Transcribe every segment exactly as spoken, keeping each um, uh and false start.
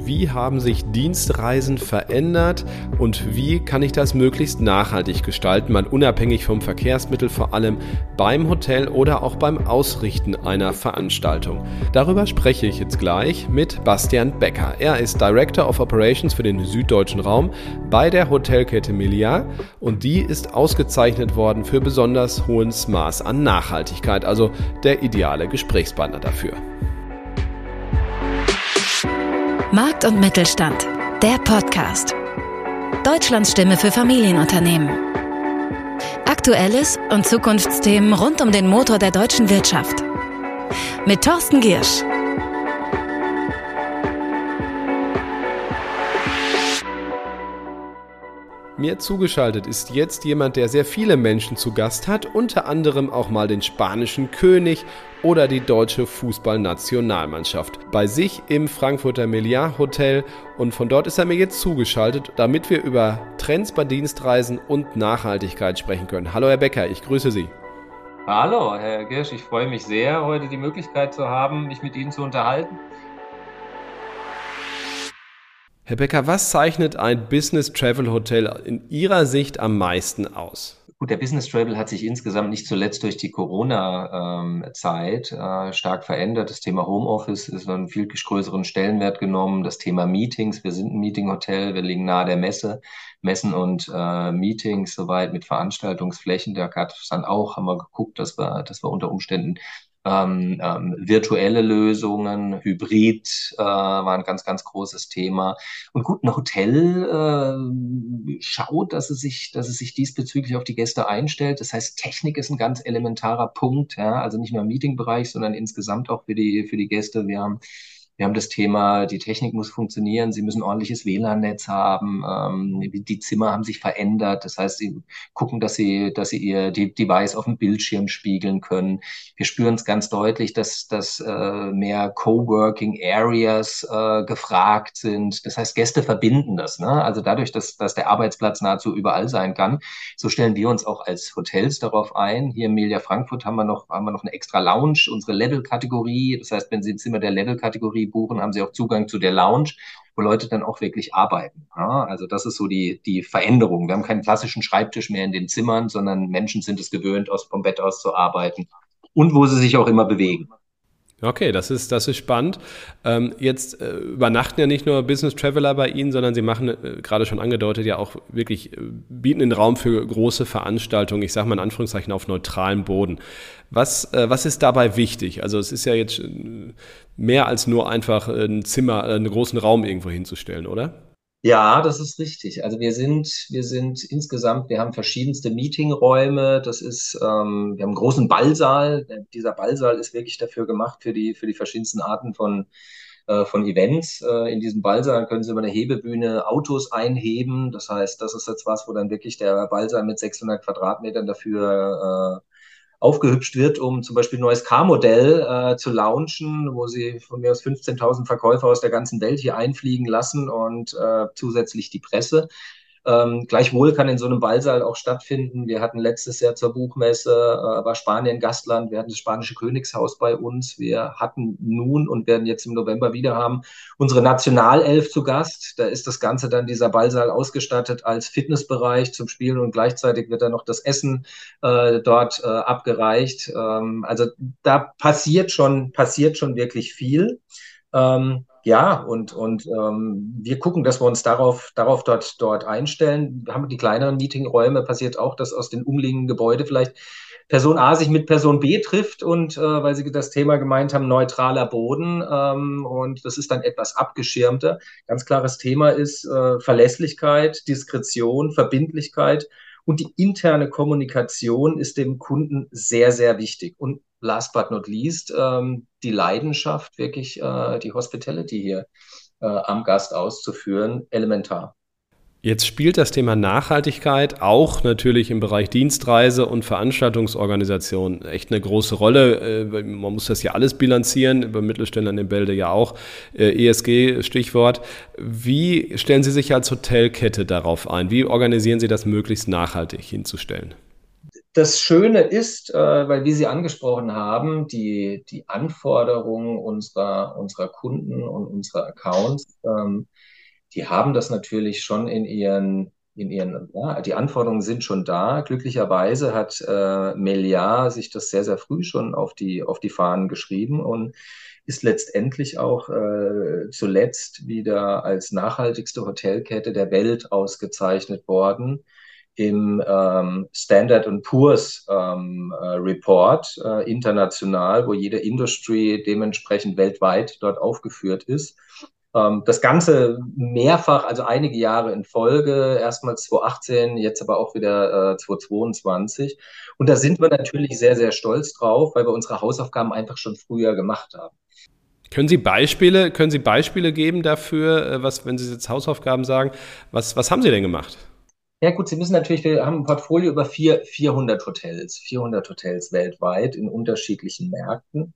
Wie haben sich Dienstreisen verändert und wie kann ich das möglichst nachhaltig gestalten, mal unabhängig vom Verkehrsmittel, vor allem beim Hotel oder auch beim Ausrichten einer Veranstaltung? Darüber spreche ich jetzt gleich mit Bastian Becker. Er ist Director of Operations für den süddeutschen Raum bei der Hotelkette Meliá und die ist ausgezeichnet worden für besonders hohes Maß an Nachhaltigkeit, also der ideale Gesprächspartner dafür. Markt und Mittelstand, der Podcast. Deutschlands Stimme für Familienunternehmen. Aktuelles und Zukunftsthemen rund um den Motor der deutschen Wirtschaft. Mit Thorsten Giersch. Mir zugeschaltet ist jetzt jemand, der sehr viele Menschen zu Gast hat, unter anderem auch mal den spanischen König oder die deutsche Fußballnationalmannschaft bei sich im Frankfurter Meliá Hotel, und von dort ist er mir jetzt zugeschaltet, damit wir über Trends bei Dienstreisen und Nachhaltigkeit sprechen können. Hallo Herr Becker, ich grüße Sie. Hallo Herr Giersch, ich freue mich sehr, heute die Möglichkeit zu haben, mich mit Ihnen zu unterhalten. Herr Becker, was zeichnet ein Business Travel Hotel in Ihrer Sicht am meisten aus? Gut, der Business Travel hat sich insgesamt nicht zuletzt durch die Corona-Zeit äh, stark verändert. Das Thema Homeoffice ist einen viel größeren Stellenwert genommen. Das Thema Meetings, wir sind ein Meeting-Hotel, wir liegen nahe der Messe, Messen und äh, Meetings soweit mit Veranstaltungsflächen. Da gab es dann auch, haben wir geguckt, dass wir, dass wir unter Umständen Ähm, ähm, virtuelle Lösungen, Hybrid äh, war ein ganz, ganz großes Thema. Und gut, ein Hotel äh, schaut, dass es sich, dass es sich diesbezüglich auf die Gäste einstellt. Das heißt, Technik ist ein ganz elementarer Punkt, ja, also nicht nur im Meetingbereich, sondern insgesamt auch für die, für die Gäste. Wir haben Wir haben das Thema, die Technik muss funktionieren, sie müssen ordentliches W L A N-Netz haben, ähm, die Zimmer haben sich verändert, das heißt, sie gucken, dass sie, dass sie ihr die Device auf dem Bildschirm spiegeln können. Wir spüren es ganz deutlich, dass, dass äh, mehr Coworking Areas äh, gefragt sind. Das heißt, Gäste verbinden das, ne? Also dadurch, dass, dass der Arbeitsplatz nahezu überall sein kann, so stellen wir uns auch als Hotels darauf ein. Hier im Meliá Frankfurt haben wir noch, haben wir noch eine extra Lounge, unsere Level-Kategorie. Das heißt, wenn Sie ein Zimmer der Level-Kategorie buchen, haben Sie auch Zugang zu der Lounge, wo Leute dann auch wirklich arbeiten. Ja, also das ist so die, die Veränderung. Wir haben keinen klassischen Schreibtisch mehr in den Zimmern, sondern Menschen sind es gewöhnt, aus, vom Bett aus zu arbeiten und wo sie sich auch immer bewegen. Okay, das ist, das ist spannend. Ähm, jetzt äh, übernachten ja nicht nur Business Traveler bei Ihnen, sondern Sie machen, äh, gerade schon angedeutet, ja auch wirklich, äh, bieten den Raum für große Veranstaltungen, ich sage mal in Anführungszeichen auf neutralem Boden. Was, äh, was ist dabei wichtig? Also es ist ja jetzt äh, mehr als nur einfach ein Zimmer, äh, einen großen Raum irgendwo hinzustellen, oder? Ja, das ist richtig. Also wir sind, wir sind insgesamt, wir haben verschiedenste Meetingräume. Das ist, ähm, wir haben einen großen Ballsaal. Dieser Ballsaal ist wirklich dafür gemacht für die, für die verschiedensten Arten von, äh, von Events. Äh, in diesem Ballsaal können Sie über eine Hebebühne Autos einheben. Das heißt, das ist jetzt was, wo dann wirklich der Ballsaal mit sechshundert Quadratmetern dafür, äh, aufgehübscht wird, um zum Beispiel ein neues Car-Modell äh, zu launchen, wo sie von mir aus fünfzehntausend Verkäufer aus der ganzen Welt hier einfliegen lassen und äh, zusätzlich die Presse. Ähm, gleichwohl kann in so einem Ballsaal auch stattfinden. Wir hatten letztes Jahr zur Buchmesse, äh, war Spanien Gastland, wir hatten das spanische Königshaus bei uns, wir hatten nun und werden jetzt im November wieder haben, unsere Nationalelf zu Gast. Da ist das Ganze dann, dieser Ballsaal, ausgestattet als Fitnessbereich zum Spielen und gleichzeitig wird dann noch das Essen äh, dort äh, abgereicht. Ähm, also da passiert schon, passiert schon wirklich viel. Ähm, ja, und, und ähm, wir gucken, dass wir uns darauf, darauf dort, dort einstellen. Wir haben die kleineren Meetingräume, passiert auch, dass aus den umliegenden Gebäuden vielleicht Person A sich mit Person B trifft und äh, weil sie das Thema gemeint haben, neutraler Boden, ähm, und das ist dann etwas abgeschirmter. Ganz klares Thema ist äh, Verlässlichkeit, Diskretion, Verbindlichkeit. Und die interne Kommunikation ist dem Kunden sehr, sehr wichtig. Und last but not least, ähm, die Leidenschaft, wirklich äh, die Hospitality hier äh, am Gast auszuführen, elementar. Jetzt spielt das Thema Nachhaltigkeit auch natürlich im Bereich Dienstreise und Veranstaltungsorganisation echt eine große Rolle. Man muss das ja alles bilanzieren, bei Mittelständlern in Bälde ja auch. E S G Stichwort. Wie stellen Sie sich als Hotelkette darauf ein? Wie organisieren Sie das möglichst nachhaltig hinzustellen? Das Schöne ist, äh, weil wie Sie angesprochen haben, die, die Anforderungen unserer, unserer Kunden und unserer Accounts, ähm, die haben das natürlich schon in ihren, in ihren, ja, die Anforderungen sind schon da. Glücklicherweise hat äh, Meliá sich das sehr, sehr früh schon auf die, auf die Fahnen geschrieben und ist letztendlich auch äh, zuletzt wieder als nachhaltigste Hotelkette der Welt ausgezeichnet worden im ähm, Standard and Poor's ähm, äh, Report äh, international, wo jede Industry dementsprechend weltweit dort aufgeführt ist. Ähm, das Ganze mehrfach, also einige Jahre in Folge, erstmal zwanzig achtzehn, jetzt aber auch wieder äh, zwanzig zweiundzwanzig. Und da sind wir natürlich sehr, sehr stolz drauf, weil wir unsere Hausaufgaben einfach schon früher gemacht haben. Können Sie Beispiele, können Sie Beispiele geben dafür, äh, was, wenn Sie jetzt Hausaufgaben sagen, was, was haben Sie denn gemacht? Ja gut, Sie müssen natürlich, wir haben ein Portfolio über vier, vierhundert Hotels, vierhundert Hotels weltweit in unterschiedlichen Märkten.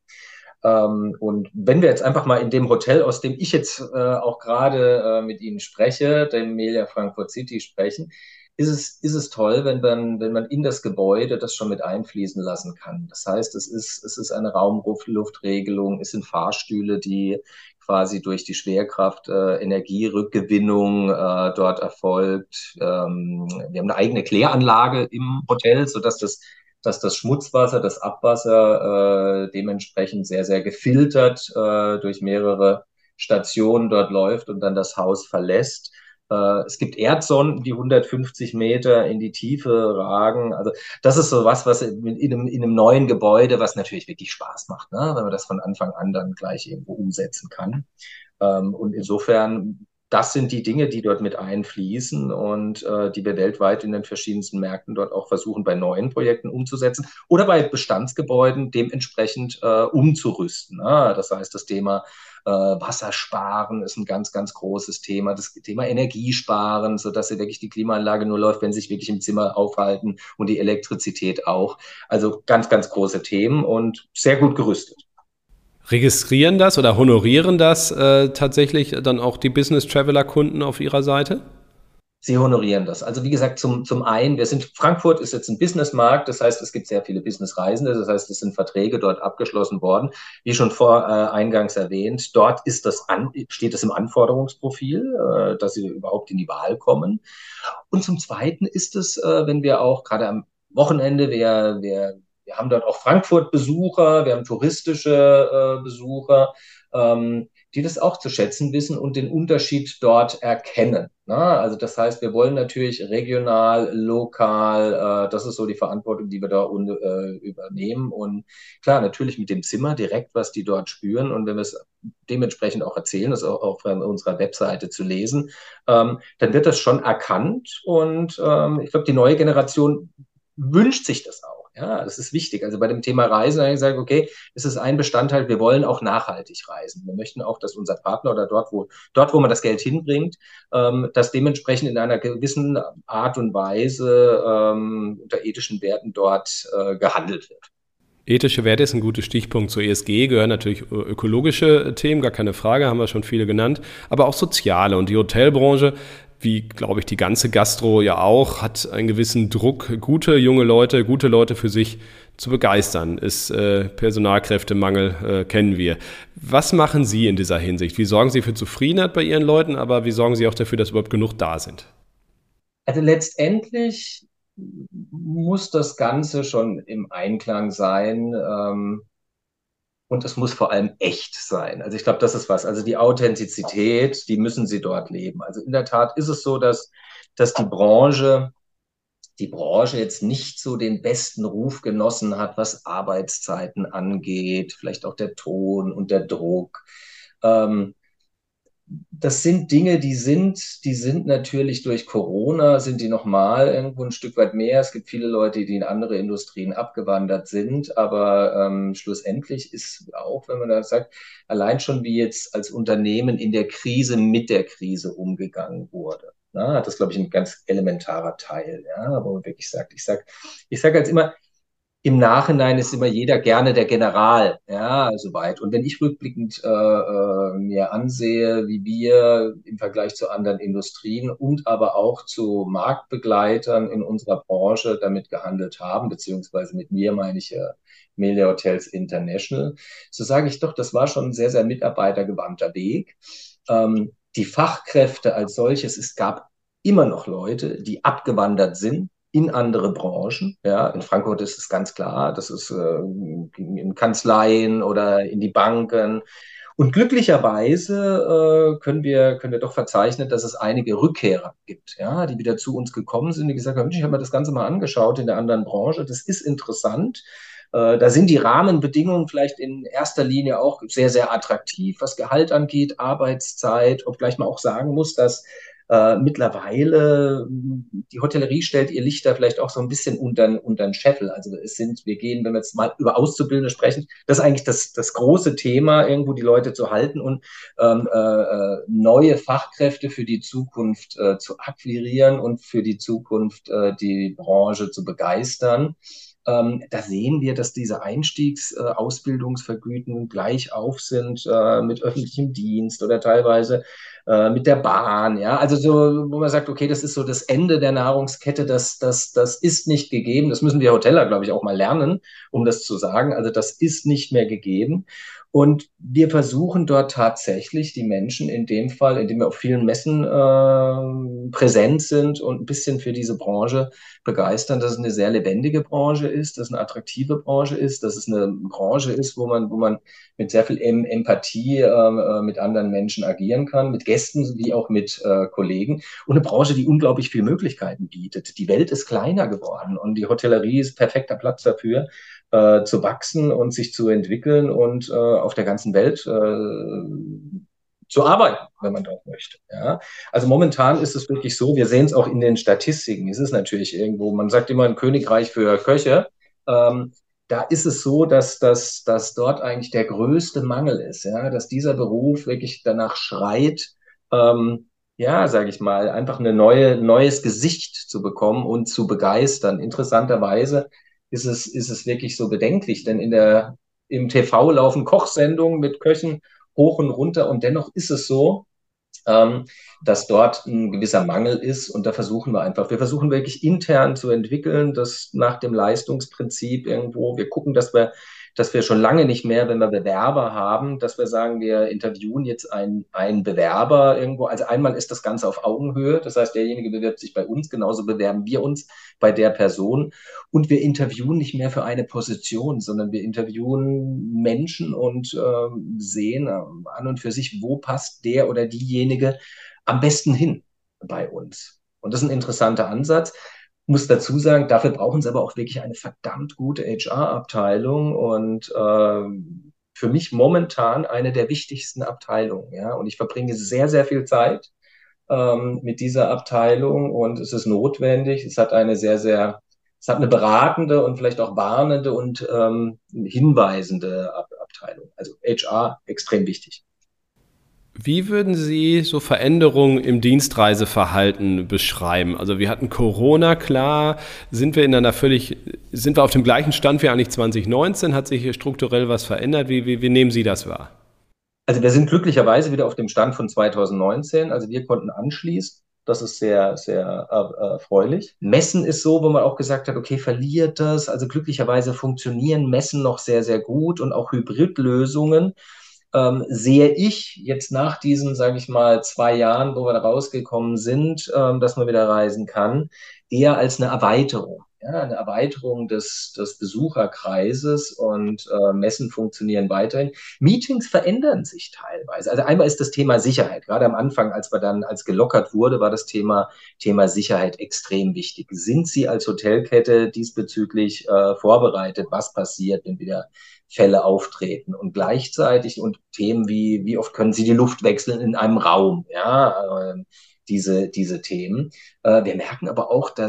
Ähm, und wenn wir jetzt einfach mal in dem Hotel, aus dem ich jetzt äh, auch gerade äh, mit Ihnen spreche, dem Melia Frankfurt City sprechen, ist es, ist es toll, wenn man, wenn man in das Gebäude das schon mit einfließen lassen kann. Das heißt, es ist, es ist eine Raumluftregelung, es sind Fahrstühle, die quasi durch die Schwerkraft äh, Energierückgewinnung äh, dort erfolgt. Ähm, wir haben eine eigene Kläranlage im Hotel, sodass das dass das Schmutzwasser, das Abwasser äh, dementsprechend sehr, sehr gefiltert äh, durch mehrere Stationen dort läuft und dann das Haus verlässt. Äh, es gibt Erdsonden, die hundertfünfzig Meter in die Tiefe ragen. Also das ist so was, was in, in, einem, in einem neuen Gebäude, was natürlich wirklich Spaß macht, ne? Wenn man das von Anfang an dann gleich irgendwo umsetzen kann. Ähm, und insofern, das sind die Dinge, die dort mit einfließen und äh, die wir weltweit in den verschiedensten Märkten dort auch versuchen, bei neuen Projekten umzusetzen oder bei Bestandsgebäuden dementsprechend äh, umzurüsten. Ne? Das heißt, das Thema äh, Wassersparen ist ein ganz, ganz großes Thema. Das Thema Energiesparen, sodass sie wirklich die Klimaanlage nur läuft, wenn sie sich wirklich im Zimmer aufhalten und die Elektrizität auch. Also ganz, ganz große Themen und sehr gut gerüstet. Registrieren das oder honorieren das äh, tatsächlich dann auch die Business-Traveler-Kunden auf ihrer Seite? Sie honorieren das. Also wie gesagt, zum, zum einen, wir sind, Frankfurt ist jetzt ein Businessmarkt, das heißt, es gibt sehr viele Businessreisende, das heißt, es sind Verträge dort abgeschlossen worden. Wie schon vor äh, eingangs erwähnt, dort ist das an, steht es im Anforderungsprofil, äh, dass sie überhaupt in die Wahl kommen. Und zum Zweiten ist es, äh, wenn wir auch gerade am Wochenende, wir, wir, wir haben dort auch Frankfurt-Besucher, wir haben touristische äh, Besucher, ähm, die das auch zu schätzen wissen und den Unterschied dort erkennen. Na, also das heißt, wir wollen natürlich regional, lokal, äh, das ist so die Verantwortung, die wir da un, äh, übernehmen. Und klar, natürlich mit dem Zimmer direkt, was die dort spüren. Und wenn wir es dementsprechend auch erzählen, das auch auf unserer Webseite zu lesen, ähm, dann wird das schon erkannt. Und ähm, ich glaube, die neue Generation wünscht sich das auch. Ja, das ist wichtig. Also bei dem Thema Reisen habe ich gesagt, okay, es ist ein Bestandteil, wir wollen auch nachhaltig reisen. Wir möchten auch, dass unser Partner oder dort, wo, dort, wo man das Geld hinbringt, ähm, dass dementsprechend in einer gewissen Art und Weise ähm, unter ethischen Werten dort äh, gehandelt wird. Ethische Werte ist ein guter Stichpunkt. Zur E S G gehören natürlich ökologische Themen, gar keine Frage, haben wir schon viele genannt, aber auch soziale. Und die Hotelbranche, wie, glaube ich, die ganze Gastro ja auch, hat einen gewissen Druck, gute junge Leute, gute Leute für sich zu begeistern. Ist äh, Personalkräftemangel, äh, kennen wir. Was machen Sie in dieser Hinsicht? Wie sorgen Sie für Zufriedenheit bei Ihren Leuten, aber wie sorgen Sie auch dafür, dass überhaupt genug da sind? Also letztendlich muss das Ganze schon im Einklang sein, ähm, und es muss vor allem echt sein. Also ich glaube, das ist was. Also die Authentizität, die müssen sie dort leben. Also in der Tat ist es so, dass, dass die Branche, die Branche jetzt nicht so den besten Ruf genossen hat, was Arbeitszeiten angeht, vielleicht auch der Ton und der Druck. Ähm, Das sind Dinge, die sind, die sind natürlich durch Corona, sind die nochmal irgendwo ein Stück weit mehr. Es gibt viele Leute, die in andere Industrien abgewandert sind, aber ähm, schlussendlich ist auch, wenn man da sagt, allein schon wie jetzt als Unternehmen in der Krise mit der Krise umgegangen wurde. Na, das ist, glaube ich, ein ganz elementarer Teil, ja, wo man wirklich sagt, ich sag, ich sage jetzt immer, im Nachhinein ist immer jeder gerne der General, ja, soweit. Und wenn ich rückblickend äh, äh, mir ansehe, wie wir im Vergleich zu anderen Industrien und aber auch zu Marktbegleitern in unserer Branche damit gehandelt haben, beziehungsweise mit mir meine ich äh, Melia Hotels International, so sage ich doch, das war schon ein sehr, sehr mitarbeitergewandter Weg. Ähm, die Fachkräfte als solches, es gab immer noch Leute, die abgewandert sind in andere Branchen. Ja, in Frankfurt ist es ganz klar, das ist äh, in Kanzleien oder in die Banken. Und glücklicherweise äh, können wir, können wir doch verzeichnen, dass es einige Rückkehrer gibt, ja, die wieder zu uns gekommen sind, die gesagt haben, ich habe mir das Ganze mal angeschaut in der anderen Branche, das ist interessant. Äh, da sind die Rahmenbedingungen vielleicht in erster Linie auch sehr, sehr attraktiv, was Gehalt angeht, Arbeitszeit, obgleich man auch sagen muss, dass äh, mittlerweile die Hotellerie stellt ihr Licht da vielleicht auch so ein bisschen unter, unter den Scheffel. Also es sind, wir gehen, wenn wir jetzt mal über Auszubildende sprechen, das ist eigentlich das, das große Thema, irgendwo die Leute zu halten und ähm, äh, neue Fachkräfte für die Zukunft äh, zu akquirieren und für die Zukunft äh, die Branche zu begeistern. Ähm, da sehen wir, dass diese Einstiegsausbildungsvergütungen äh, gleich auf sind äh, mit öffentlichem Dienst oder teilweise äh, mit der Bahn. Ja, also so, wo man sagt, okay, das ist so das Ende der Nahrungskette, das, das, das ist nicht gegeben. Das müssen wir Hoteller, glaube ich, auch mal lernen, um das zu sagen. Also das ist nicht mehr gegeben. Und wir versuchen dort tatsächlich die Menschen in dem Fall, indem wir auf vielen Messen äh, präsent sind und ein bisschen für diese Branche begeistern, dass es eine sehr lebendige Branche ist, dass es eine attraktive Branche ist, dass es eine Branche ist, wo man, wo man mit sehr viel em Empathie äh, mit anderen Menschen agieren kann, mit Gästen wie auch mit äh, Kollegen. Und eine Branche, die unglaublich viele Möglichkeiten bietet. Die Welt ist kleiner geworden und die Hotellerie ist perfekter Platz dafür, äh, zu wachsen und sich zu entwickeln und äh, auf der ganzen Welt äh, zu arbeiten, wenn man dort möchte. Ja. Also momentan ist es wirklich so, wir sehen es auch in den Statistiken. Es ist natürlich irgendwo, man sagt immer ein Königreich für Köche. Ähm, da ist es so, dass, dass, dass dort eigentlich der größte Mangel ist, ja, dass dieser Beruf wirklich danach schreit, ähm, ja, sage ich mal, einfach ein neue, neues Gesicht zu bekommen und zu begeistern. Interessanterweise ist es, ist es wirklich so bedenklich, denn in der, im T V laufen Kochsendungen mit Köchen hoch und runter und dennoch ist es so, ähm, dass dort ein gewisser Mangel ist und da versuchen wir einfach, wir versuchen wirklich intern zu entwickeln, das nach dem Leistungsprinzip irgendwo, wir gucken, dass wir, dass wir schon lange nicht mehr, wenn wir Bewerber haben, dass wir sagen, wir interviewen jetzt einen, einen Bewerber irgendwo, also einmal ist das Ganze auf Augenhöhe, das heißt, derjenige bewirbt sich bei uns, genauso bewerben wir uns bei der Person und wir interviewen nicht mehr für eine Position, sondern wir interviewen Menschen und äh, sehen äh, an und für sich, wo passt der oder diejenige am besten hin bei uns. Und das ist ein interessanter Ansatz. Ich muss dazu sagen, dafür brauchen sie aber auch wirklich eine verdammt gute H R-Abteilung und äh, für mich momentan eine der wichtigsten Abteilungen. Ja? Und ich verbringe sehr, sehr viel Zeit ähm, mit dieser Abteilung und es ist notwendig. Es hat eine sehr, sehr, es hat eine beratende und vielleicht auch warnende und ähm, hinweisende Ab Abteilung. Also H R extrem wichtig. Wie würden Sie so Veränderungen im Dienstreiseverhalten beschreiben? Also wir hatten Corona, klar, sind wir in einer völlig, sind wir auf dem gleichen Stand wie eigentlich zwanzig neunzehn? Hat sich hier strukturell was verändert? Wie, wie, wie nehmen Sie das wahr? Also wir sind glücklicherweise wieder auf dem Stand von zwanzig neunzehn. Also wir konnten anschließen. Das ist sehr, sehr äh, erfreulich. Messen ist so, wo man auch gesagt hat, okay, verliert das? Also glücklicherweise funktionieren Messen noch sehr, sehr gut und auch Hybridlösungen. Ähm, sehe ich jetzt nach diesen, sage ich mal, zwei Jahren, wo wir da rausgekommen sind, ähm, dass man wieder reisen kann, eher als eine Erweiterung. Ja, eine Erweiterung des, des Besucherkreises und äh, Messen funktionieren weiterhin. Meetings verändern sich teilweise. Also einmal ist das Thema Sicherheit. Gerade am Anfang, als wir dann, als gelockert wurde, war das Thema, Thema Sicherheit extrem wichtig. Sind Sie als Hotelkette diesbezüglich äh, vorbereitet, was passiert, wenn wieder Fälle auftreten und gleichzeitig und Themen wie, wie oft können Sie die Luft wechseln in einem Raum, ja, äh, diese, diese Themen. Äh, wir merken aber auch, dass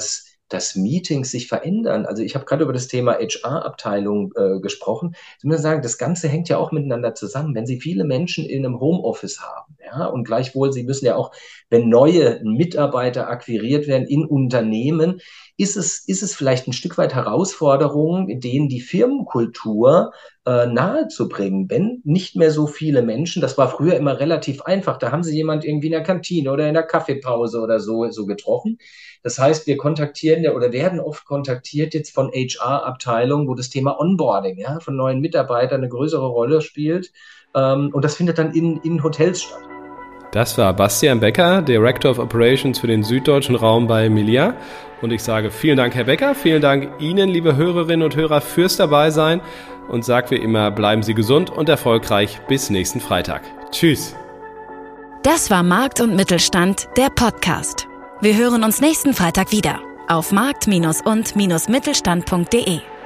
dass Meetings sich verändern. Also ich habe gerade über das Thema H R-Abteilung äh, gesprochen. Ich muss sagen, das Ganze hängt ja auch miteinander zusammen. Wenn Sie viele Menschen in einem Homeoffice haben, ja, und gleichwohl, Sie müssen ja auch, wenn neue Mitarbeiter akquiriert werden in Unternehmen, ist es, ist es vielleicht ein Stück weit Herausforderung, denen die Firmenkultur äh, nahezubringen, wenn nicht mehr so viele Menschen, das war früher immer relativ einfach, da haben Sie jemand irgendwie in der Kantine oder in der Kaffeepause oder so, so getroffen. Das heißt, wir kontaktieren ja oder werden oft kontaktiert jetzt von H R-Abteilungen, wo das Thema Onboarding, ja, von neuen Mitarbeitern eine größere Rolle spielt. Ähm, und das findet dann in, in Hotels statt. Das war Bastian Becker, Director of Operations für den süddeutschen Raum bei Melia. Und ich sage vielen Dank, Herr Becker, vielen Dank Ihnen, liebe Hörerinnen und Hörer, fürs Dabeisein. Und sag wie immer, bleiben Sie gesund und erfolgreich bis nächsten Freitag. Tschüss. Das war Markt und Mittelstand, der Podcast. Wir hören uns nächsten Freitag wieder auf markt- und mittelstand punkt de.